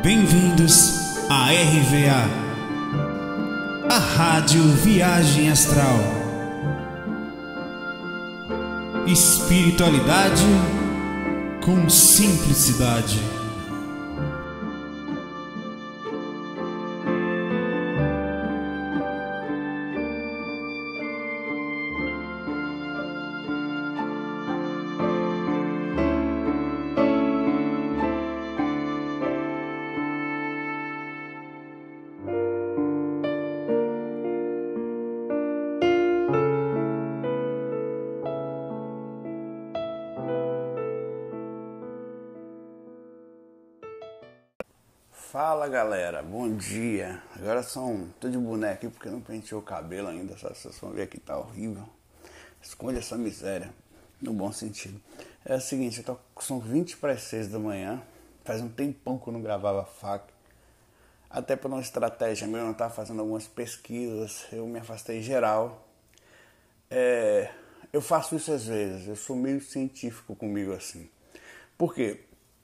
Bem-vindos à RVA, a Rádio Viagem Astral. Espiritualidade com simplicidade. Fala galera, bom dia. Agora tô de boneco aqui porque não penteou o cabelo ainda. Só vocês vão ver que tá horrível. Esconde essa miséria, no bom sentido. É o seguinte, são 20 para as 6 da manhã. Faz um tempão que eu não gravava FAQ. Até por uma estratégia minha, eu não estava fazendo algumas pesquisas. Eu me afastei geral. Eu faço isso às vezes. Eu sou meio científico comigo assim. Por quê?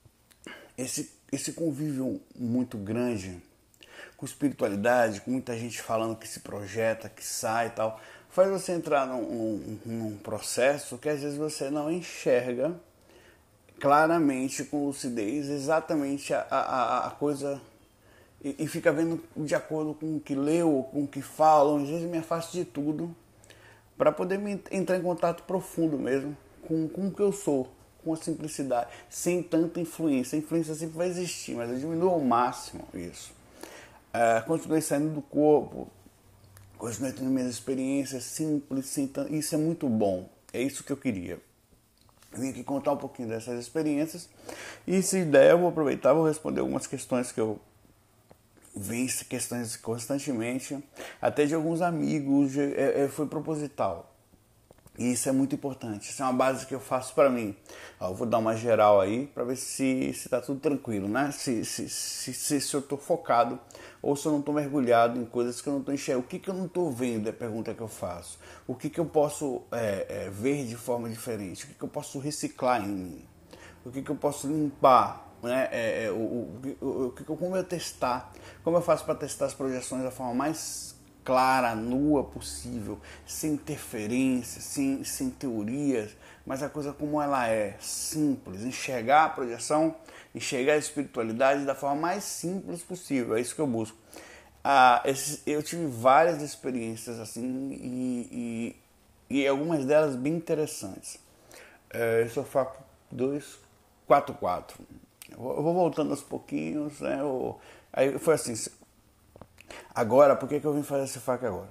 Esse convívio muito grande com espiritualidade, com muita gente falando que se projeta, que sai e tal, faz você entrar num processo que às vezes você não enxerga claramente, com lucidez, exatamente a coisa e fica vendo de acordo com o que leu, com o que fala. Às vezes me afasto de tudo para poder entrar em contato profundo mesmo com o que eu sou. Com a simplicidade, sem tanta influência. A influência sempre vai existir, mas eu diminuo ao máximo isso. Continuei saindo do corpo, continuei tendo minhas experiências simples, isso é muito bom, é isso que eu queria. Eu vim aqui contar um pouquinho dessas experiências e, se der, eu vou aproveitar, vou responder algumas questões que eu venço, questões constantemente, até de alguns amigos, foi proposital. E isso é muito importante, isso é uma base que eu faço para mim. Eu vou dar uma geral aí para ver se está tudo tranquilo, né? Se eu estou focado ou se eu não estou mergulhado em coisas que eu não estou enxergando. O que eu não estou vendo é a pergunta que eu faço. O que eu posso ver de forma diferente? O que eu posso reciclar em mim? O que eu posso limpar? Né? Como eu testar? Como eu faço para testar as projeções da forma mais clara, nua possível, sem interferência, sem teorias, mas a coisa como ela é, simples, enxergar a projeção, enxergar a espiritualidade da forma mais simples possível, é isso que eu busco. Eu tive várias experiências assim e algumas delas bem interessantes. Eu sou FAQ 244. Eu vou voltando aos pouquinhos, né? Aí foi assim. Agora, por que eu vim fazer esse FAQ agora?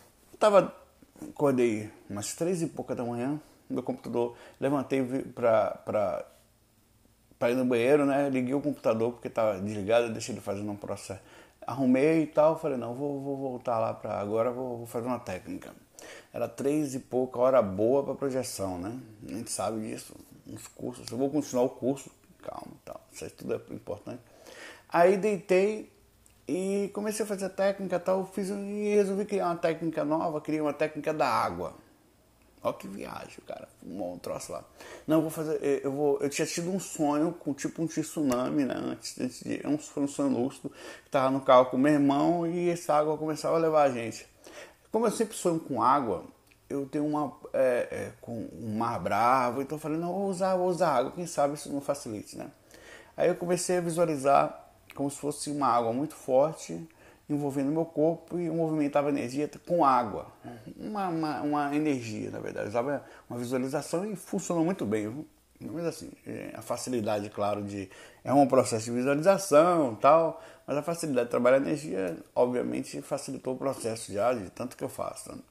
Acordei umas 3 e pouca da manhã, meu computador, levantei para ir no banheiro, né? Liguei o computador porque estava desligado, eu deixei ele fazendo um processo. Arrumei e tal, falei, não, vou voltar lá para agora, vou fazer uma técnica. Era 3 e pouca, hora boa para projeção, né? A gente sabe disso, uns cursos, eu vou continuar o curso, calma e tal, isso aí tudo é importante. Aí deitei e comecei a fazer técnica e tal, e resolvi criar uma técnica nova, criei uma técnica da água. Olha que viagem, cara, um troço lá. Não, eu tinha tido um sonho com tipo um tsunami, né, foi um sonho lúcido, que tava no carro com meu irmão e essa água começava a levar a gente. Como eu sempre sonho com água, eu tenho com um mar bravo, então eu falei, não, vou usar água, quem sabe isso não facilite, né. Aí eu comecei a visualizar como se fosse uma água muito forte envolvendo o meu corpo e eu movimentava a energia com água. Uma energia, na verdade. Usava uma visualização e funcionou muito bem. Mas assim, a facilidade, claro, é um processo de visualização e tal, mas a facilidade de trabalhar a energia, obviamente, facilitou o processo já, de tanto que eu faço. Né?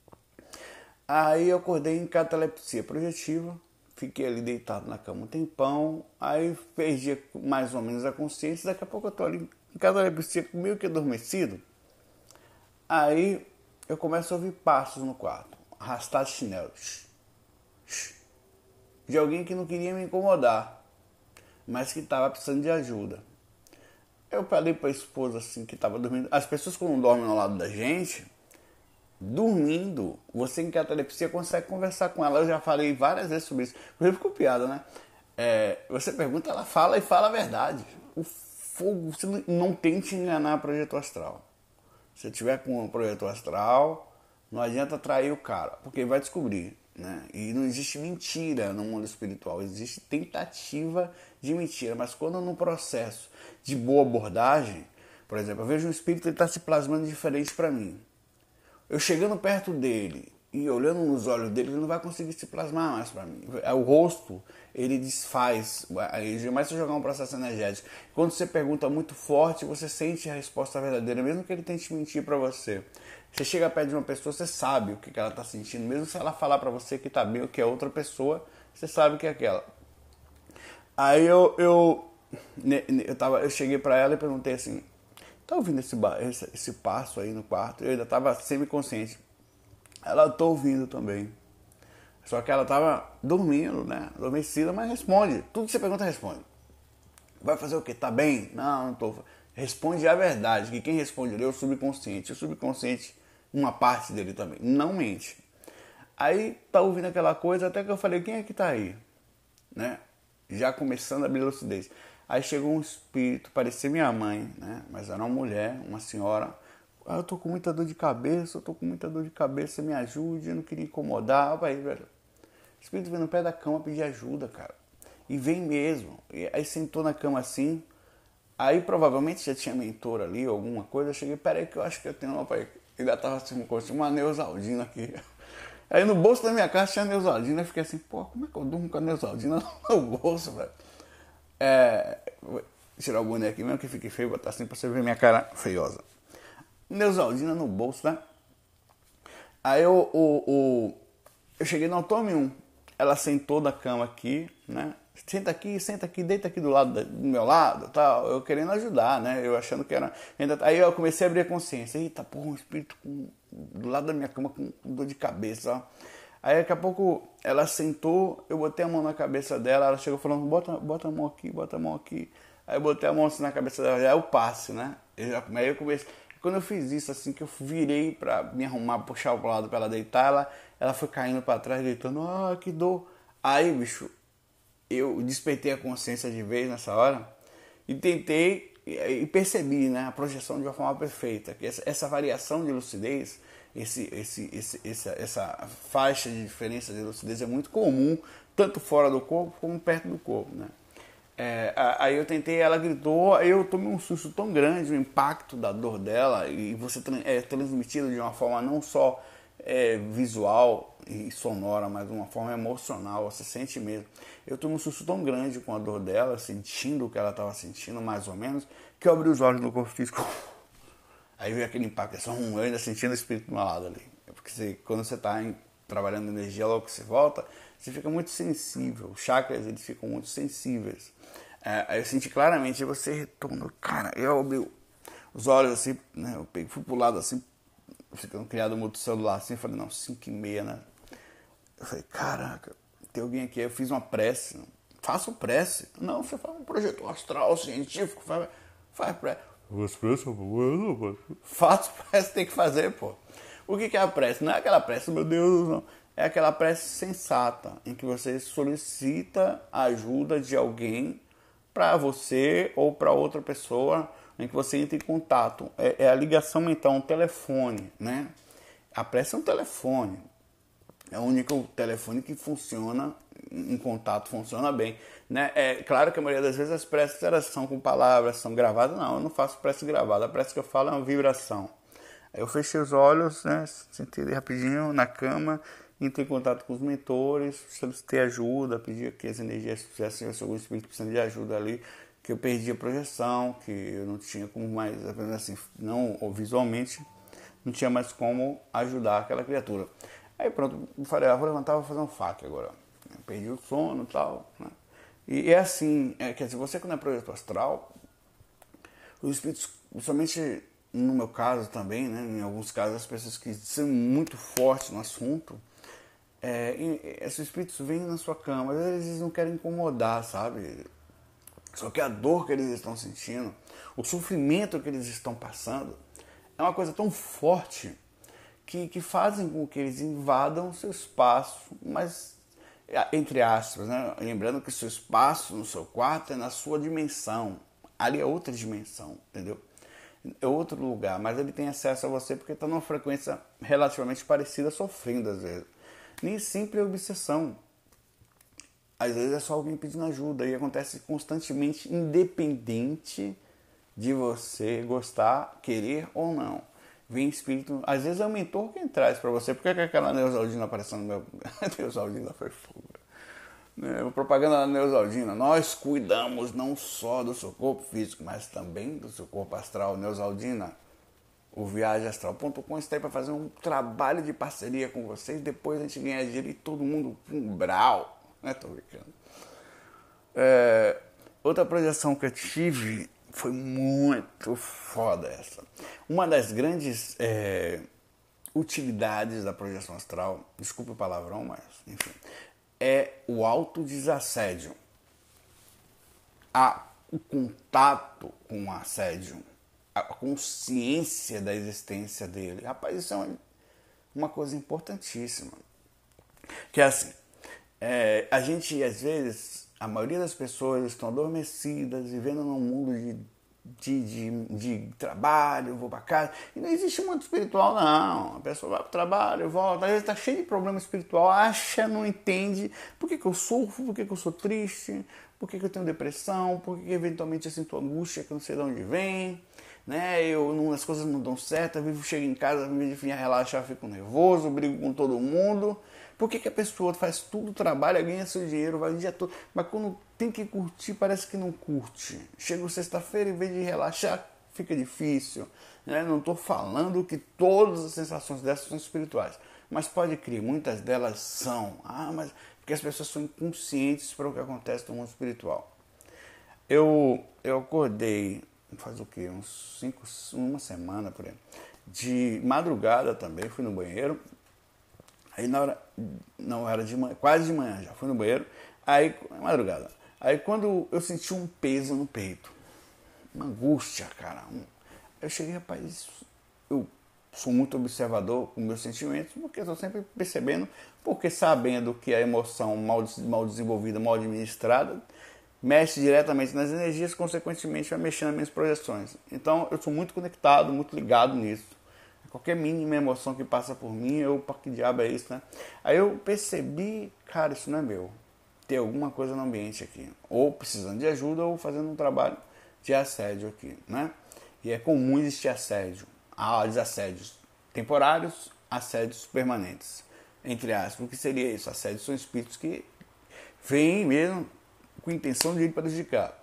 Aí eu acordei em catalepsia projetiva, fiquei ali deitado na cama um tempão, aí perdi mais ou menos a consciência, daqui a pouco eu tô ali em catalepsia meio que adormecido. Aí eu começo a ouvir passos no quarto, arrastar de chinelo, de alguém que não queria me incomodar, mas que estava precisando de ajuda. Eu falei para a esposa assim que estava dormindo, as pessoas quando dormem ao lado da gente, dormindo, você em catalepsia consegue conversar com ela. Eu já falei várias vezes sobre isso. Eu fico piada, né? Você pergunta, ela fala e fala a verdade. O fogo. Você não tente enganar projeto astral. Se você tiver com um projeto astral, não adianta atrair o cara, porque ele vai descobrir, né? E não existe mentira no mundo espiritual, existe tentativa de mentira. Mas quando no processo de boa abordagem, por exemplo, eu vejo um espírito, ele está se plasmando diferente para mim. Eu chegando perto dele e olhando nos olhos dele, ele não vai conseguir se plasmar mais para mim. O rosto, ele desfaz, jamais se jogar um processo energético. Quando você pergunta muito forte, você sente a resposta verdadeira, mesmo que ele tente mentir para você. Você chega perto de uma pessoa, você sabe o que ela está sentindo, mesmo se ela falar para você que está bem ou que é outra pessoa, você sabe que é aquela. Aí eu cheguei para ela e perguntei assim, tá ouvindo esse passo aí no quarto? Eu ainda estava semi-consciente. Ela, tô ouvindo também. Só que ela estava dormindo, né? Adormecida, mas responde. Tudo que você pergunta, responde. Vai fazer o quê? Tá bem? Não tô. Responde a verdade, que quem responde ali é o subconsciente. O subconsciente, uma parte dele também, não mente. Aí tá ouvindo aquela coisa, até que eu falei, quem é que tá aí? Né? Já começando a abrir lucidez. Aí chegou um espírito, parecia minha mãe, né? Mas era uma mulher, uma senhora. Eu tô com muita dor de cabeça, me ajude, eu não queria incomodar. Aí, velho, o espírito veio no pé da cama pedir ajuda, cara. E vem mesmo. E aí sentou na cama assim. Aí provavelmente já tinha mentor ali, alguma coisa. Eu cheguei, peraí que eu acho que eu tenho uma... Ainda tava assim, uma Neusaldina aqui. Aí no bolso da minha casa tinha a Neusaldina. Eu fiquei assim, pô, como é que eu durmo com a Neusaldina no bolso, velho? Vou tirar o boné aqui mesmo que fique feio, botar assim pra você ver minha cara feiosa. Neusaldina no bolso, né? Aí eu cheguei, não, tome um. Ela sentou da cama aqui, né? Senta aqui, deita aqui do meu lado, tal. Eu querendo ajudar, né? Eu achando que era... Aí eu comecei a abrir a consciência. Eita, porra, um espírito do lado da minha cama com dor de cabeça, ó. Aí daqui a pouco ela sentou, eu botei a mão na cabeça dela, ela chegou falando, bota a mão aqui. Aí eu botei a mão assim na cabeça dela, já é o passe, né? Aí eu comecei... Quando eu fiz isso, assim, que eu virei pra me arrumar, puxar o lado pra ela deitar, ela foi caindo pra trás, deitando, que dor. Aí, bicho, eu despertei a consciência de vez nessa hora e tentei e percebi, né, a projeção de uma forma perfeita, que essa variação de lucidez, essa faixa de diferença de lucidez é muito comum, tanto fora do corpo como perto do corpo, né? Aí eu tentei, ela gritou, aí eu tomei um susto tão grande, o impacto da dor dela, e você é transmitido de uma forma não só visual e sonora, mas de uma forma emocional, você sente mesmo. Eu tomei um susto tão grande com a dor dela, sentindo o que ela estava sentindo, mais ou menos, que eu abri os olhos no corpo físico. Aí veio aquele impacto, eu ainda sentindo o espírito do meu lado ali. Porque quando você está trabalhando energia, logo que você volta, você fica muito sensível. Os chakras, eles ficam muito sensíveis. Aí eu senti claramente, aí você retornou, cara, eu abri os olhos assim, né, fui pro lado assim, ficando criado muito celular assim, falei, não, 5h30, né? Eu falei, caraca, tem alguém aqui, eu fiz uma prece, faço prece. Não, você faz um projeto astral, científico, faz prece. Faço prece, tem que fazer, pô. O que é a prece? Não é aquela prece, meu Deus, não. É aquela prece sensata, em que você solicita a ajuda de alguém para você ou para outra pessoa, em que você entra em contato. É a ligação mental, um telefone, né? A prece é um telefone. É o único telefone que funciona em contato, funciona bem, né? É claro que a maioria das vezes as preces elas são com palavras, são gravadas. Não, eu não faço prece gravada. A prece que eu falo é uma vibração. Aí eu fechei os olhos, né? Sentei rapidinho na cama, entrei em contato com os mentores, solicitei ajuda, pedi que as energias fizessem algum espírito precisando de ajuda ali, que eu perdi a projeção, que eu não tinha como mais, assim, não visualmente, não tinha mais como ajudar aquela criatura. Aí pronto, eu falei, vou levantar, vou fazer um FAQ agora. Eu perdi o sono e tal, né? E é assim, quer dizer, você quando é projeto astral, os espíritos, somente no meu caso também, né, em alguns casos, as pessoas que são muito fortes no assunto, esses espíritos vêm na sua cama, às vezes eles não querem incomodar, sabe? Só que a dor que eles estão sentindo, o sofrimento que eles estão passando, é uma coisa tão forte que fazem com que eles invadam o seu espaço, mas, entre aspas, né? Lembrando que o seu espaço no seu quarto é na sua dimensão. Ali é outra dimensão, entendeu? É outro lugar, mas ele tem acesso a você porque está numa frequência relativamente parecida, sofrendo às vezes. Nem sempre é obsessão. Às vezes é só alguém pedindo ajuda e acontece constantemente, independente de você gostar, querer ou não. Vem espírito, às vezes é o mentor quem traz para você. Por que aquela Neusaldina aparecendo no meu... Neusaldina foi fogo. Propaganda da Neusaldina. Nós cuidamos não só do seu corpo físico, mas também do seu corpo astral. Neusaldina, o viagemastral.com está aí para fazer um trabalho de parceria com vocês. Depois a gente ganha dinheiro e todo mundo brau. Tô brincando. Outra projeção que eu tive foi muito foda essa. Uma das grandes utilidades da projeção astral, desculpa o palavrão, mas enfim, é o autodesassédio. O contato com o assédio, a consciência da existência dele. Rapaz, isso é uma coisa importantíssima. Que é assim, a gente, às vezes, a maioria das pessoas estão adormecidas, vivendo num mundo de trabalho, vou para casa, e não existe mundo espiritual, não. A pessoa vai para o trabalho, volta, às vezes está cheio de problema espiritual, acha, não entende por que eu sofro, por que eu sou triste, por que eu tenho depressão, por que eventualmente eu sinto angústia que eu não sei de onde vem, né? As coisas não dão certo, eu chego em casa, ao invés de relaxar, eu fico nervoso, brigo com todo mundo. Por que a pessoa faz tudo, trabalha, ganha seu dinheiro, vai o dia todo, mas quando tem que curtir, parece que não curte. Chega sexta-feira, em vez de relaxar, fica difícil. Né? Não estou falando que todas as sensações dessas são espirituais, mas pode crer, muitas delas são. Mas porque as pessoas são inconscientes para o que acontece no mundo espiritual. Eu acordei, faz o quê? Uma semana por aí. De madrugada também, fui no banheiro. Aí na hora, não era de manhã, quase de manhã já, fui no banheiro, aí, madrugada. Aí quando eu senti um peso no peito, uma angústia, cara, eu cheguei, rapaz, eu sou muito observador com meus sentimentos, porque estou sempre percebendo, porque sabendo que a emoção mal desenvolvida, mal administrada, mexe diretamente nas energias, consequentemente vai mexendo nas minhas projeções. Então eu sou muito conectado, muito ligado nisso. Qualquer mínima emoção que passa por mim, que diabo é isso, né? Aí eu percebi, cara, isso não é meu. Tem alguma coisa no ambiente aqui. Ou precisando de ajuda, ou fazendo um trabalho de assédio aqui, né? E é comum existir assédio. Há desassédios temporários, assédios permanentes. Entre aspas, o que seria isso? Assédios são espíritos que vêm mesmo com a intenção de lhe prejudicar.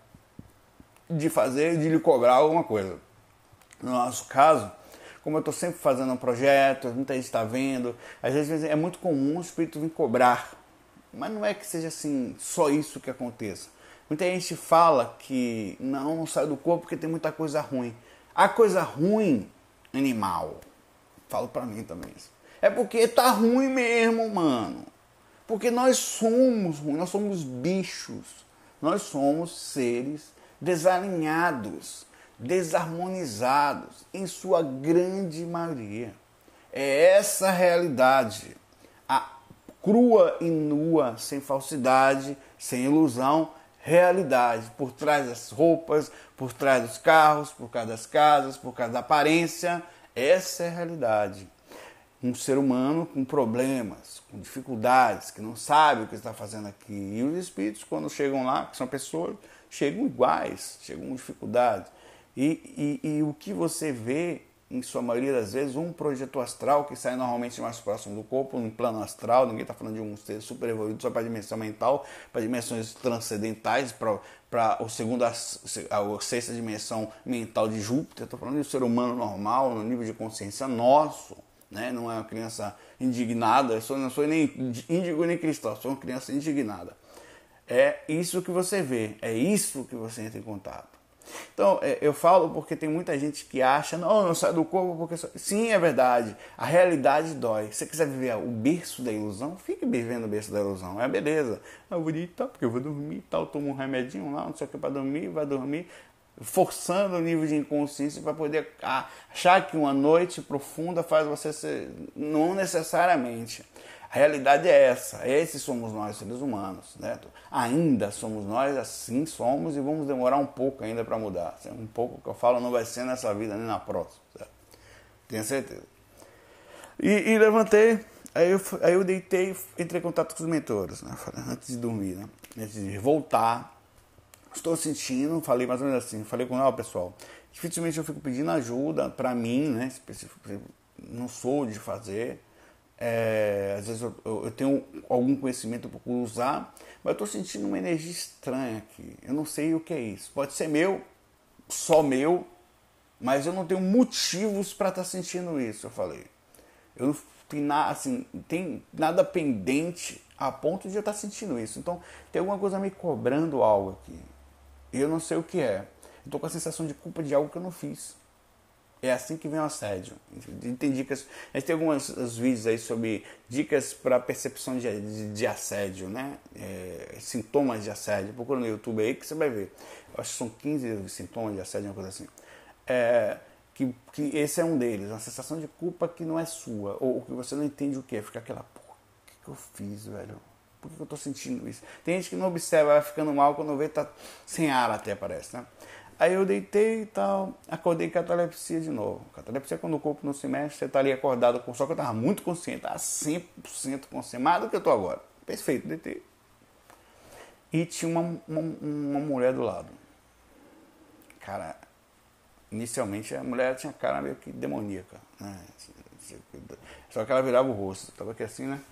De lhe cobrar alguma coisa. No nosso caso, como eu estou sempre fazendo um projeto, muita gente está vendo, às vezes é muito comum o espírito vir cobrar. Mas não é que seja assim, só isso que aconteça. Muita gente fala que não sai do corpo porque tem muita coisa ruim. A coisa ruim, animal, falo pra mim também isso, é porque tá ruim mesmo, mano. Porque nós somos ruins, nós somos bichos. Nós somos seres desalinhados, desarmonizados, em sua grande maioria. É essa a realidade, a crua e nua, sem falsidade, sem ilusão, realidade, por trás das roupas, por trás dos carros, por trás das casas, por causa da aparência. Essa é a realidade. Um ser humano com problemas, com dificuldades, que não sabe o que está fazendo aqui. E os espíritos, quando chegam lá, que são pessoas, chegam iguais, chegam com dificuldades. E o que você vê, em sua maioria das vezes, um projeto astral que sai normalmente mais próximo do corpo, no plano astral, ninguém está falando de um ser super evoluído só para a dimensão mental, para dimensões transcendentais, para a sexta dimensão mental de Júpiter. Estou falando de um ser humano normal, no nível de consciência nosso, né? Não é uma criança indignada, eu não sou nem índigo nem cristão, sou uma criança indignada. É isso que você vê, é isso que você entra em contato. Então, eu falo porque tem muita gente que acha, não sai do corpo porque... Sim, é verdade, a realidade dói. Se você quiser viver o berço da ilusão, fique vivendo o berço da ilusão, é beleza. Eu vou ir, tá, porque eu vou dormir, tal, tomo um remedinho lá, não sei o que, para dormir, vai dormir, forçando o nível de inconsciência para poder achar que uma noite profunda faz você ser... Não necessariamente. A realidade é essa. Esses somos nós, seres humanos. Né? Ainda somos nós, assim somos, e vamos demorar um pouco ainda para mudar. Um pouco que eu falo não vai ser nessa vida nem na próxima. Certo? Tenho certeza. E levantei, aí eu deitei, entrei em contato com os mentores, né? Antes de dormir, né? Antes de voltar. Estou sentindo, falei mais ou menos assim, falei com ela, pessoal, dificilmente eu fico pedindo ajuda para mim, né? Não sou de fazer. Às vezes eu tenho algum conhecimento, eu procuro usar, mas eu estou sentindo uma energia estranha aqui. Eu não sei o que é isso. Pode ser meu, só meu, mas eu não tenho motivos para estar sentindo isso, eu falei. Eu não tenho nada, assim, tem nada pendente a ponto de eu estar sentindo isso. Então tem alguma coisa me cobrando algo aqui. E eu não sei o que é. Eu estou com a sensação de culpa de algo que eu não fiz. É assim que vem o assédio. Tem dicas. A gente tem alguns vídeos aí sobre dicas para percepção de assédio, né? Sintomas de assédio. Procura no YouTube aí que você vai ver. Eu acho que são 15 sintomas de assédio, uma coisa assim. Que esse é um deles. Uma sensação de culpa que não é sua. Ou que você não entende o que é. Fica aquela, porra, o que eu fiz, velho? Por que eu tô sentindo isso? Tem gente que não observa, vai ficando mal, quando vê, tá sem ar até, parece, né? Aí eu deitei e tal, acordei com catalepsia de novo. Catalepsia é quando o corpo não se mexe, você tá ali acordado, só que eu tava muito consciente, tava 100% consciente, mais do que eu tô agora. Perfeito, deitei. E tinha uma mulher do lado. Cara, inicialmente a mulher tinha cara meio que demoníaca, né? Só que ela virava o rosto, tava aqui assim, né?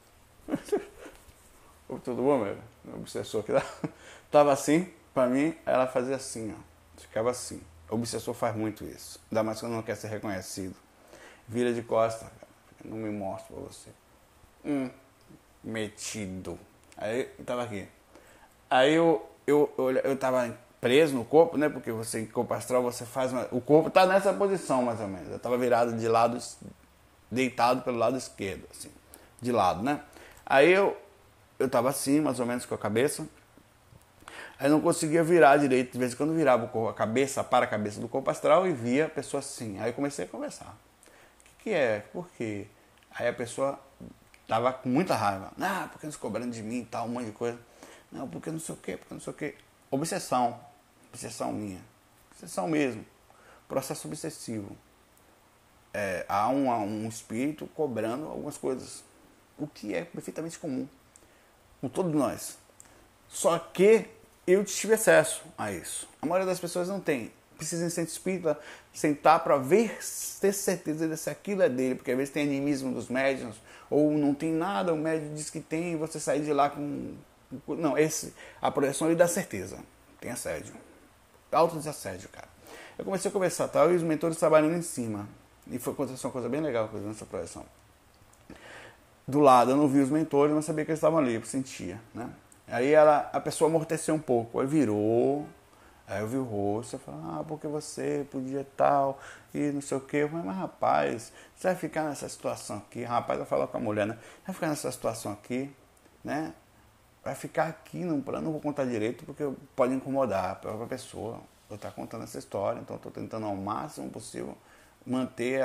Tudo bom, meu? O obsessor que tava assim, pra mim, ela fazia assim, ó. Ficava assim. O obsessor faz muito isso. Ainda mais quando não quer ser reconhecido. Vira de costas, cara. Não me mostro pra você. Metido. Aí eu tava aqui. Aí eu tava preso no corpo, né? Porque você, em corpo astral, você faz o corpo tá nessa posição, mais ou menos. Eu tava virado de lado, deitado pelo lado esquerdo, assim. De lado, né? Aí eu tava assim, mais ou menos com a cabeça. Aí não conseguia virar direito. De vez em quando virava a cabeça para a cabeça do corpo astral e via a pessoa assim. Aí eu comecei a conversar. O que é? Por quê? Aí a pessoa tava com muita raiva. Porque não se cobrando de mim e tal, um monte de coisa. Não, porque não sei o quê, porque não sei o quê. Obsessão. Obsessão minha. Obsessão mesmo. Processo obsessivo. Há um espírito cobrando algumas coisas. O que é perfeitamente comum. Com todos nós. Só que eu tive acesso a isso. A maioria das pessoas não tem. Precisa em centro espírita sentar para ver, ter certeza de se aquilo é dele. Porque às vezes tem animismo dos médiuns, ou não tem nada, o médium diz que tem, e você sair de lá com... Não, a projeção lhe dá certeza. Tem assédio. Autodesassédio, cara. Eu comecei a conversar tal, e os mentores trabalhando em cima. E aconteceu uma coisa bem legal nessa projeção. Do lado eu não vi os mentores, mas sabia que eles estavam ali, eu sentia, né? Aí a pessoa amorteceu um pouco, aí virou, aí eu vi o rosto, eu falei, porque você podia tal, e não sei o quê. Eu falei, mas rapaz, você vai ficar nessa situação aqui, rapaz, eu falo com a mulher, né? Vai ficar nessa situação aqui, né? Vai ficar aqui, não vou contar direito, porque pode incomodar a própria pessoa. Eu estou contando essa história, então estou tentando ao máximo possível manter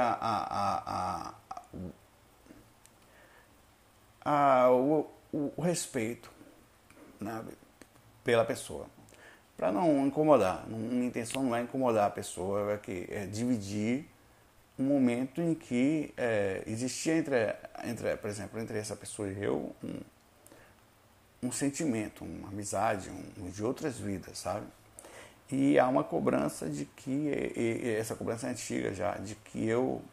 o respeito, né, pela pessoa, para não incomodar. Minha intenção não é incomodar a pessoa, é dividir um momento em que existia por exemplo, entre essa pessoa e eu um sentimento, uma amizade, de outras vidas, sabe? E há uma cobrança de que, essa cobrança é antiga já, de que eu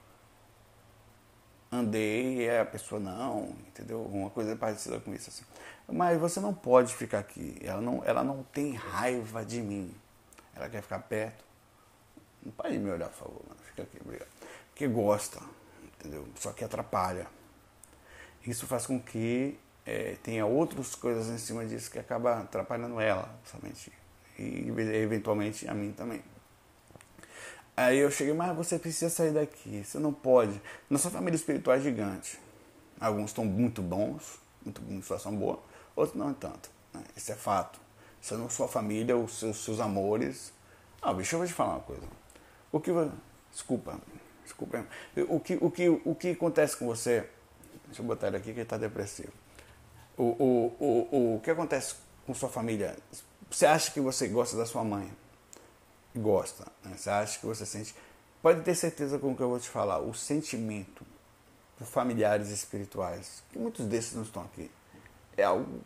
andei e a pessoa não, entendeu? Uma coisa parecida com isso, assim. Mas você não pode ficar aqui. Ela não tem raiva de mim. Ela quer ficar perto. Não pode me olhar, por favor, mano. Fica aqui, obrigado. Porque gosta, entendeu? Só que atrapalha. Isso faz com que tenha outras coisas em cima disso que acaba atrapalhando ela, somente. E eventualmente a mim também. Aí eu cheguei, mas você precisa sair daqui, você não pode. Nossa família espiritual é gigante. Alguns estão muito bons, em situação boa, outros não tanto. Né? Isso é fato. Você não sua família, os seus amores. Bicho, eu vou te falar uma coisa. Desculpa. O que acontece com você, Deixa eu botar ele aqui que ele tá depressivo. O que acontece com sua família? Você acha que você gosta da sua mãe? Gosta, né? Você acha que você sente... Pode ter certeza com o que eu vou te falar. O sentimento por familiares espirituais, que muitos desses não estão aqui, é algo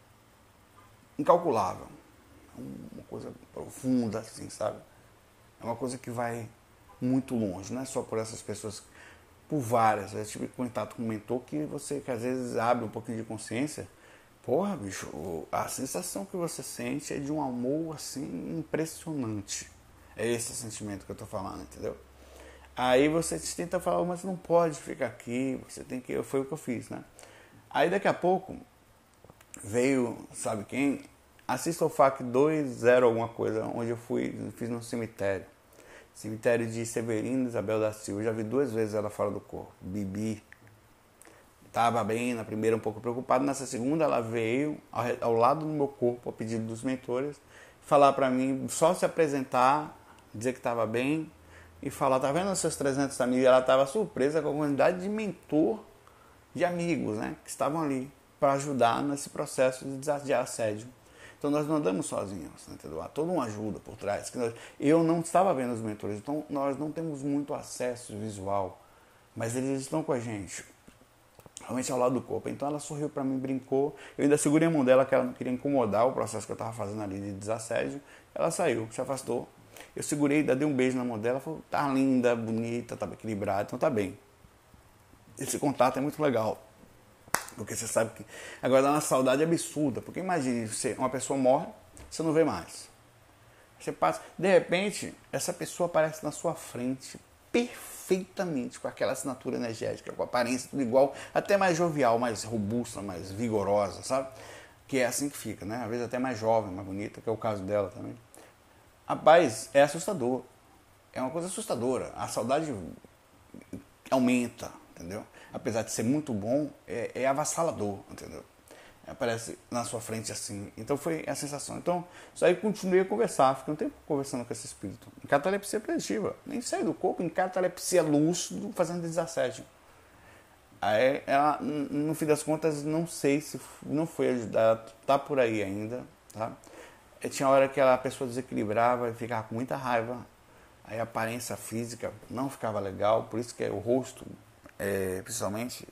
incalculável. Uma coisa profunda, assim, sabe? É uma coisa que vai muito longe. Não é só por essas pessoas, por várias. Eu tive contato com um mentor que às vezes abre um pouquinho de consciência. Porra, bicho, a sensação que você sente é de um amor, assim, impressionante. É esse sentimento que eu tô falando, entendeu? Aí você tenta falar, mas não pode ficar aqui, você tem que... Foi o que eu fiz, né? Aí daqui a pouco veio, sabe quem? Assista o FAQ 20 alguma coisa, onde eu fiz no cemitério. Cemitério de Severino Isabel da Silva. Eu já vi 2 vezes ela fora do corpo. Bibi. Estava bem, na primeira um pouco preocupada. Nessa segunda ela veio ao lado do meu corpo, a pedido dos mentores, falar para mim, só se apresentar, dizer que estava bem e falar, tá vendo os seus 300 amigos? Ela estava surpresa com a quantidade de mentor, de amigos, né, que estavam ali para ajudar nesse processo de assédio. Então nós não andamos sozinhos, entendeu? Há toda uma ajuda por trás. Eu não estava vendo os mentores, então nós não temos muito acesso visual, mas eles estão com a gente, realmente ao lado do corpo. Então ela sorriu para mim, brincou. Eu ainda segurei a mão dela, que ela não queria incomodar o processo que eu estava fazendo ali de desassédio. Ela saiu, se afastou. Eu segurei, ainda dei um beijo na mão dela, falou, tá linda, bonita, tá equilibrada, então tá bem. Esse contato é muito legal. Porque você sabe que... Agora dá uma saudade absurda. Porque imagine, uma pessoa morre, você não vê mais. Você passa... De repente, essa pessoa aparece na sua frente, perfeitamente, com aquela assinatura energética, com a aparência tudo igual, até mais jovial, mais robusta, mais vigorosa, sabe? Que é assim que fica, né? Às vezes até mais jovem, mais bonita, que é o caso dela também. Rapaz, é assustador. É uma coisa assustadora. A saudade aumenta, entendeu? Apesar de ser muito bom, é avassalador, entendeu? Aparece na sua frente assim. Então foi a sensação. Então, isso aí continuei a conversar. Fiquei um tempo conversando com esse espírito. Em catalepsia preditiva. Nem saí do corpo, em catalepsia lúcido, fazendo desassédio. Aí, ela, no fim das contas, não sei se não foi ajudada. Tá por aí ainda, tá? Tinha hora que a pessoa desequilibrava e ficava com muita raiva. Aí a aparência física não ficava legal. Por isso que o rosto... principalmente,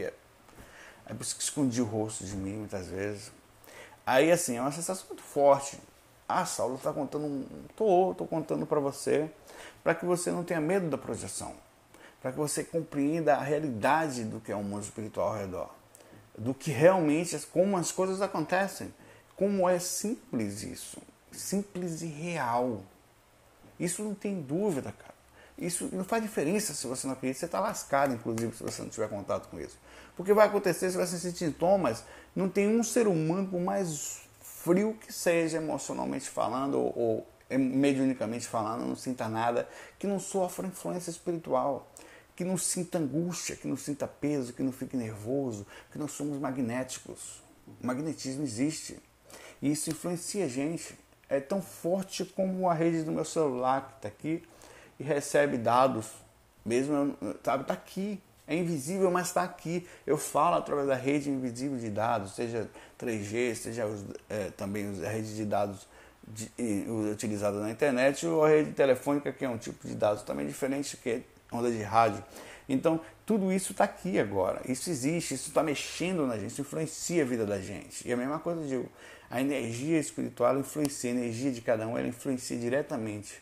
é por isso que escondi o rosto de mim muitas vezes. Aí assim, é uma sensação muito forte. Saulo está contando, tô contando para você, para que você não tenha medo da projeção, para que você compreenda a realidade do que é o mundo espiritual ao redor, do que realmente, como as coisas acontecem, como é simples isso, simples e real. Isso não tem dúvida, cara. Isso não faz diferença se você não acredita, você está lascado, inclusive, se você não tiver contato com isso. Porque vai acontecer, você vai sentir sintomas, não tem um ser humano, por mais frio que seja, emocionalmente falando, ou mediunicamente falando, não sinta nada, que não sofra influência espiritual, que não sinta angústia, que não sinta peso, que não fique nervoso, que nós somos magnéticos. O magnetismo existe. E isso influencia a gente. É tão forte como a rede do meu celular, que está aqui, e recebe dados, mesmo, sabe, está aqui, é invisível, mas está aqui. Eu falo através da rede invisível de dados, seja 3G, seja também a rede de dados utilizada na internet, ou a rede telefônica, que é um tipo de dados também diferente, que é onda de rádio. Então, tudo isso está aqui agora, isso existe, isso está mexendo na gente, isso influencia a vida da gente. E a mesma coisa eu digo, a energia espiritual influencia, a energia de cada um, ela influencia diretamente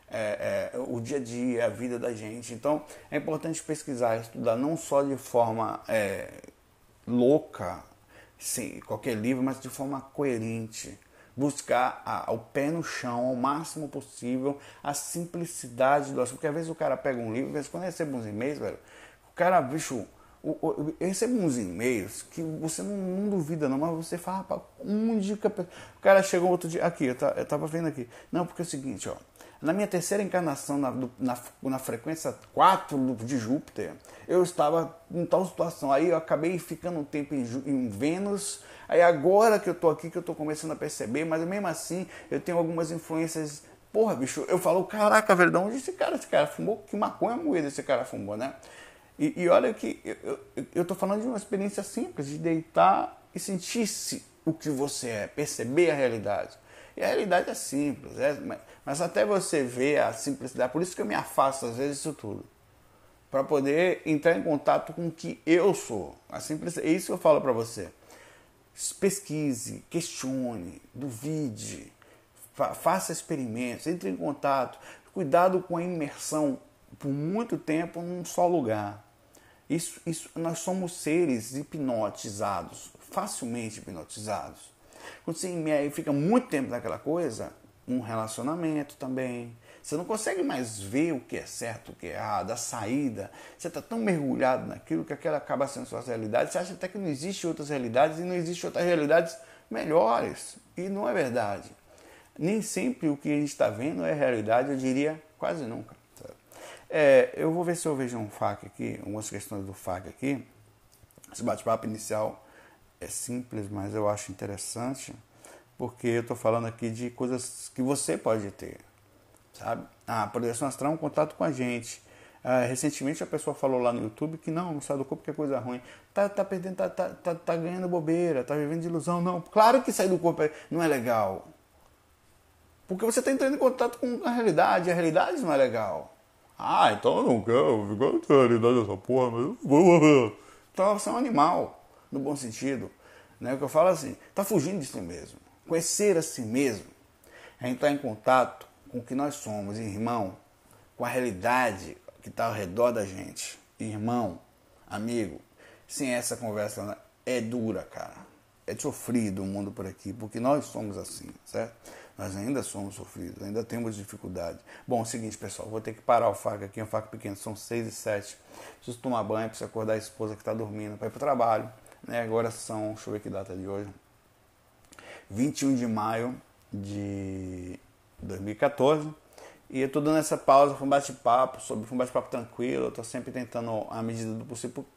o dia a dia, a vida da gente. Então é importante pesquisar, estudar, não só de forma louca, sem qualquer livro, mas de forma coerente. Buscar o pé no chão, ao máximo possível, a simplicidade do assunto. Porque às vezes o cara pega um livro, às vezes quando recebe uns e-mails, velho, o cara, bicho, eu recebo uns e-mails que você não duvida não, mas você fala, rapaz, o cara chegou outro dia, aqui, eu tava vendo aqui, não, porque é o seguinte, ó, na minha terceira encarnação, na frequência 4 de Júpiter, eu estava em tal situação, aí eu acabei ficando um tempo em Vênus, aí agora que eu tô aqui, que eu tô começando a perceber, mas mesmo assim, eu tenho algumas influências, porra, bicho, eu falo, caraca, velho, de onde esse cara fumou? Que maconha moída esse cara fumou, né? E olha que eu estou falando de uma experiência simples, de deitar e sentir-se o que você é, perceber a realidade. E a realidade é simples, mas até você ver a simplicidade, por isso que eu me afasto às vezes disso tudo, para poder entrar em contato com o que eu sou. A simplicidade, é isso que eu falo para você. Pesquise, questione, duvide, faça experimentos, entre em contato. Cuidado com a imersão por muito tempo num só lugar. Nós somos seres hipnotizados, facilmente hipnotizados. Quando você fica muito tempo naquela coisa, um relacionamento também, você não consegue mais ver o que é certo, o que é errado, a saída. Você está tão mergulhado naquilo que aquela acaba sendo sua realidade. Você acha até que não existe outras realidades e não existe outras realidades melhores. E não é verdade. Nem sempre o que a gente está vendo é realidade, eu diria quase nunca. Eu vou ver se eu vejo um FAQ aqui, algumas questões do FAQ aqui. Esse bate-papo inicial é simples, mas eu acho interessante, porque eu estou falando aqui de coisas que você pode ter, sabe? Projeção astral é um contato com a gente. Recentemente a pessoa falou lá no YouTube que não sai do corpo que é coisa ruim. Tá perdendo, tá ganhando bobeira, tá vivendo de ilusão. Não, claro que sair do corpo não é legal. Porque você está entrando em contato com a realidade realidade não é legal. Então eu não quero ficar na realidade dessa porra, mas então você é um animal, no bom sentido. Né? O que eu falo assim, tá fugindo de si mesmo. Conhecer a si mesmo é entrar em contato com o que nós somos, irmão, com a realidade que está ao redor da gente. Irmão, amigo, sem essa conversa é dura, cara. É sofrido o mundo por aqui, porque nós somos assim, certo? Nós ainda somos sofridos, ainda temos dificuldade. Bom, é o seguinte, pessoal, vou ter que parar o FAQ aqui, um FAQ pequeno, são 6h07. Preciso tomar banho, preciso acordar a esposa que está dormindo para ir para o trabalho. Né? Agora são, deixa eu ver que data de hoje, 21 de maio de 2014. E eu estou dando essa pausa para um bate-papo, um bate-papo tranquilo. Eu estou sempre tentando, à medida do possível.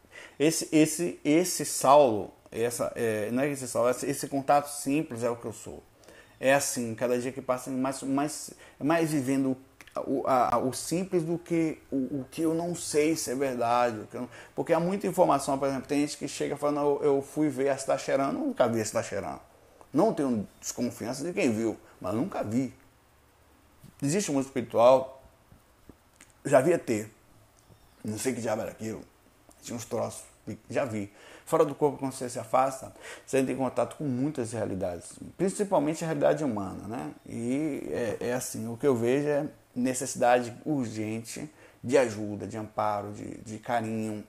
Esse Saulo, não é esse Saulo, esse contato simples é o que eu sou. É assim, cada dia que passa, mais vivendo o simples do que o que eu não sei se é verdade. Porque há muita informação, por exemplo, tem gente que chega falando, eu fui ver a Cidade Cheirando, nunca vi a Cidade Cheirando. Não tenho desconfiança de quem viu, mas nunca vi. Existe um mundo espiritual, já vi ET, não sei que diabo era aquilo, tinha uns troços, já vi. Fora do corpo, quando você se afasta, você entra em contato com muitas realidades, principalmente a realidade humana, né? E é assim, o que eu vejo é necessidade urgente de ajuda, de amparo, de carinho,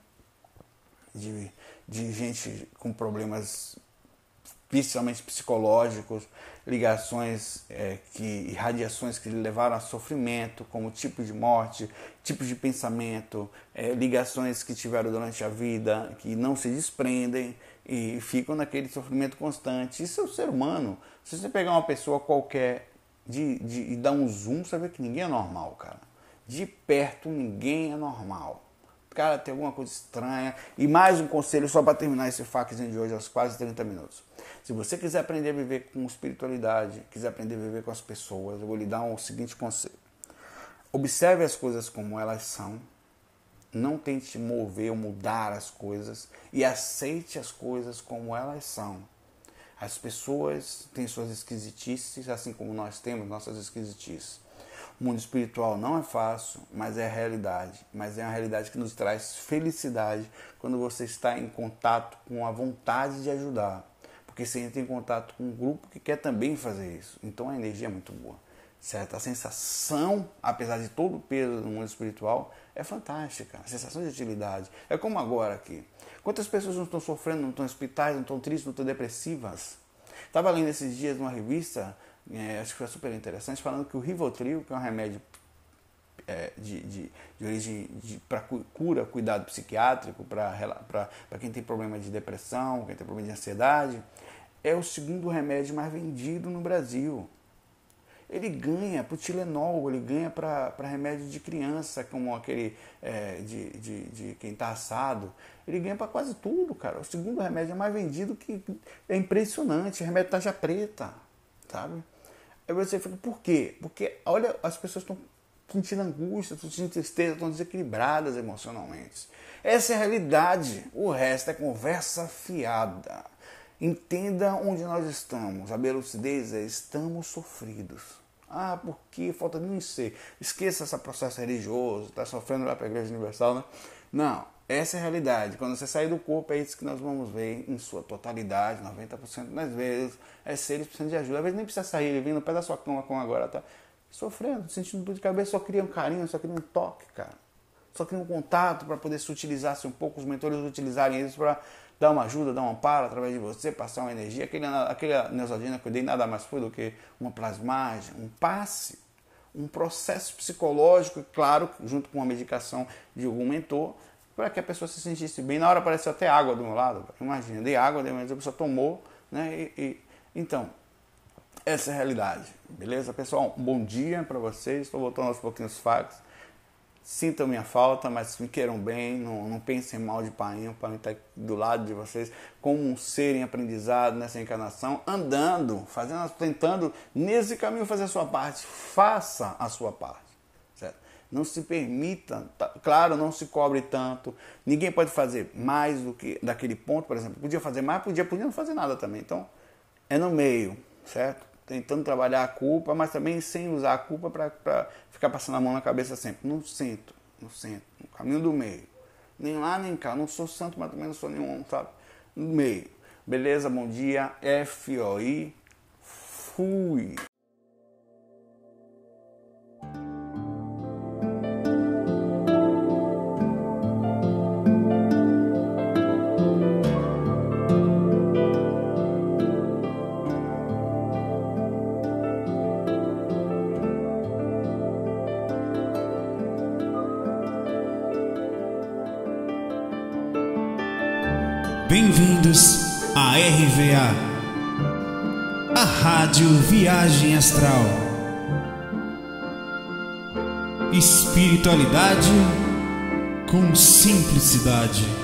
de gente com problemas principalmente psicológicos, ligações radiações que levaram a sofrimento, como tipo de morte, tipos de pensamento, ligações que tiveram durante a vida, que não se desprendem e ficam naquele sofrimento constante. Isso é o ser humano. Se você pegar uma pessoa qualquer e dar um zoom, você vê que ninguém é normal, cara. De perto, ninguém é normal. Cara, tem alguma coisa estranha. E mais um conselho só para terminar esse FAQzinho de hoje, aos quase 30 minutos. Se você quiser aprender a viver com espiritualidade, quiser aprender a viver com as pessoas, eu vou lhe dar o seguinte conselho. Observe as coisas como elas são. Não tente mover ou mudar as coisas. E aceite as coisas como elas são. As pessoas têm suas esquisitices, assim como nós temos nossas esquisitices. O mundo espiritual não é fácil, mas é a realidade. Mas é uma realidade que nos traz felicidade quando você está em contato com a vontade de ajudar. Porque você entra em contato com um grupo que quer também fazer isso. Então a energia é muito boa. Certo? A sensação, apesar de todo o peso no mundo espiritual, é fantástica. A sensação de utilidade. É como agora aqui. Quantas pessoas não estão sofrendo, não estão em hospitais, não estão tristes, não estão depressivas? Estava lendo esses dias numa revista, acho que foi super interessante, falando que o Rivotril, que é um remédio de origem para cura, cuidado psiquiátrico, para quem tem problema de depressão, quem tem problema de ansiedade, é o segundo remédio mais vendido no Brasil. Ele ganha para o Tilenol, ele ganha para remédio de criança, como aquele de quem está assado. Ele ganha para quase tudo, cara. O segundo remédio é mais vendido, que é impressionante. Remédio tarja preta, sabe? Aí você fica, por quê? Porque, olha, as pessoas estão sentindo angústia, estão sentindo tristeza, estão desequilibradas emocionalmente. Essa é a realidade. O resto é conversa fiada. Entenda onde nós estamos. A lucidez é: estamos sofridos. Ah, por que? Falta nem ser. Esqueça esse processo religioso, está sofrendo lá para a Igreja Universal, né? Não, essa é a realidade. Quando você sair do corpo, é isso que nós vamos ver em sua totalidade, 90% das vezes. É seres precisando de ajuda. Às vezes nem precisa sair, ele vem no pé da sua cama como agora, tá sofrendo, sentindo dor de cabeça, só queria um carinho, só queria um toque, cara. Só queria um contato para poder se utilizar-se um pouco, os mentores utilizarem isso para dar uma ajuda, dar um amparo através de você, passar uma energia. Aquele Neosaldina que eu dei nada mais foi do que uma plasmagem, um passe, um processo psicológico, claro, junto com uma medicação de algum mentor, para que a pessoa se sentisse bem. Na hora apareceu até água do meu lado, imagina, dei água, mas a pessoa tomou, né? Então, essa é a realidade, beleza? Pessoal, um bom dia para vocês, estou voltando aos pouquinhos fatos. Sintam minha falta, mas me queiram bem, não pensem mal de Painho. O Painho está do lado de vocês como um ser em aprendizado nessa encarnação, andando, tentando nesse caminho fazer a sua parte. Faça a sua parte, certo? Não se permita, claro, não se cobre tanto. Ninguém pode fazer mais do que daquele ponto, por exemplo. Podia fazer mais, podia não fazer nada também. Então, é no meio, certo? Tentando trabalhar a culpa, mas também sem usar a culpa para ficar passando a mão na cabeça sempre. No centro, no caminho do meio. Nem lá, nem cá. Não sou santo, mas também não sou nenhum, sabe? No meio. Beleza? Bom dia. FOI. Fui. Bem-vindos à RVA, a Rádio Viagem Astral. Espiritualidade com simplicidade.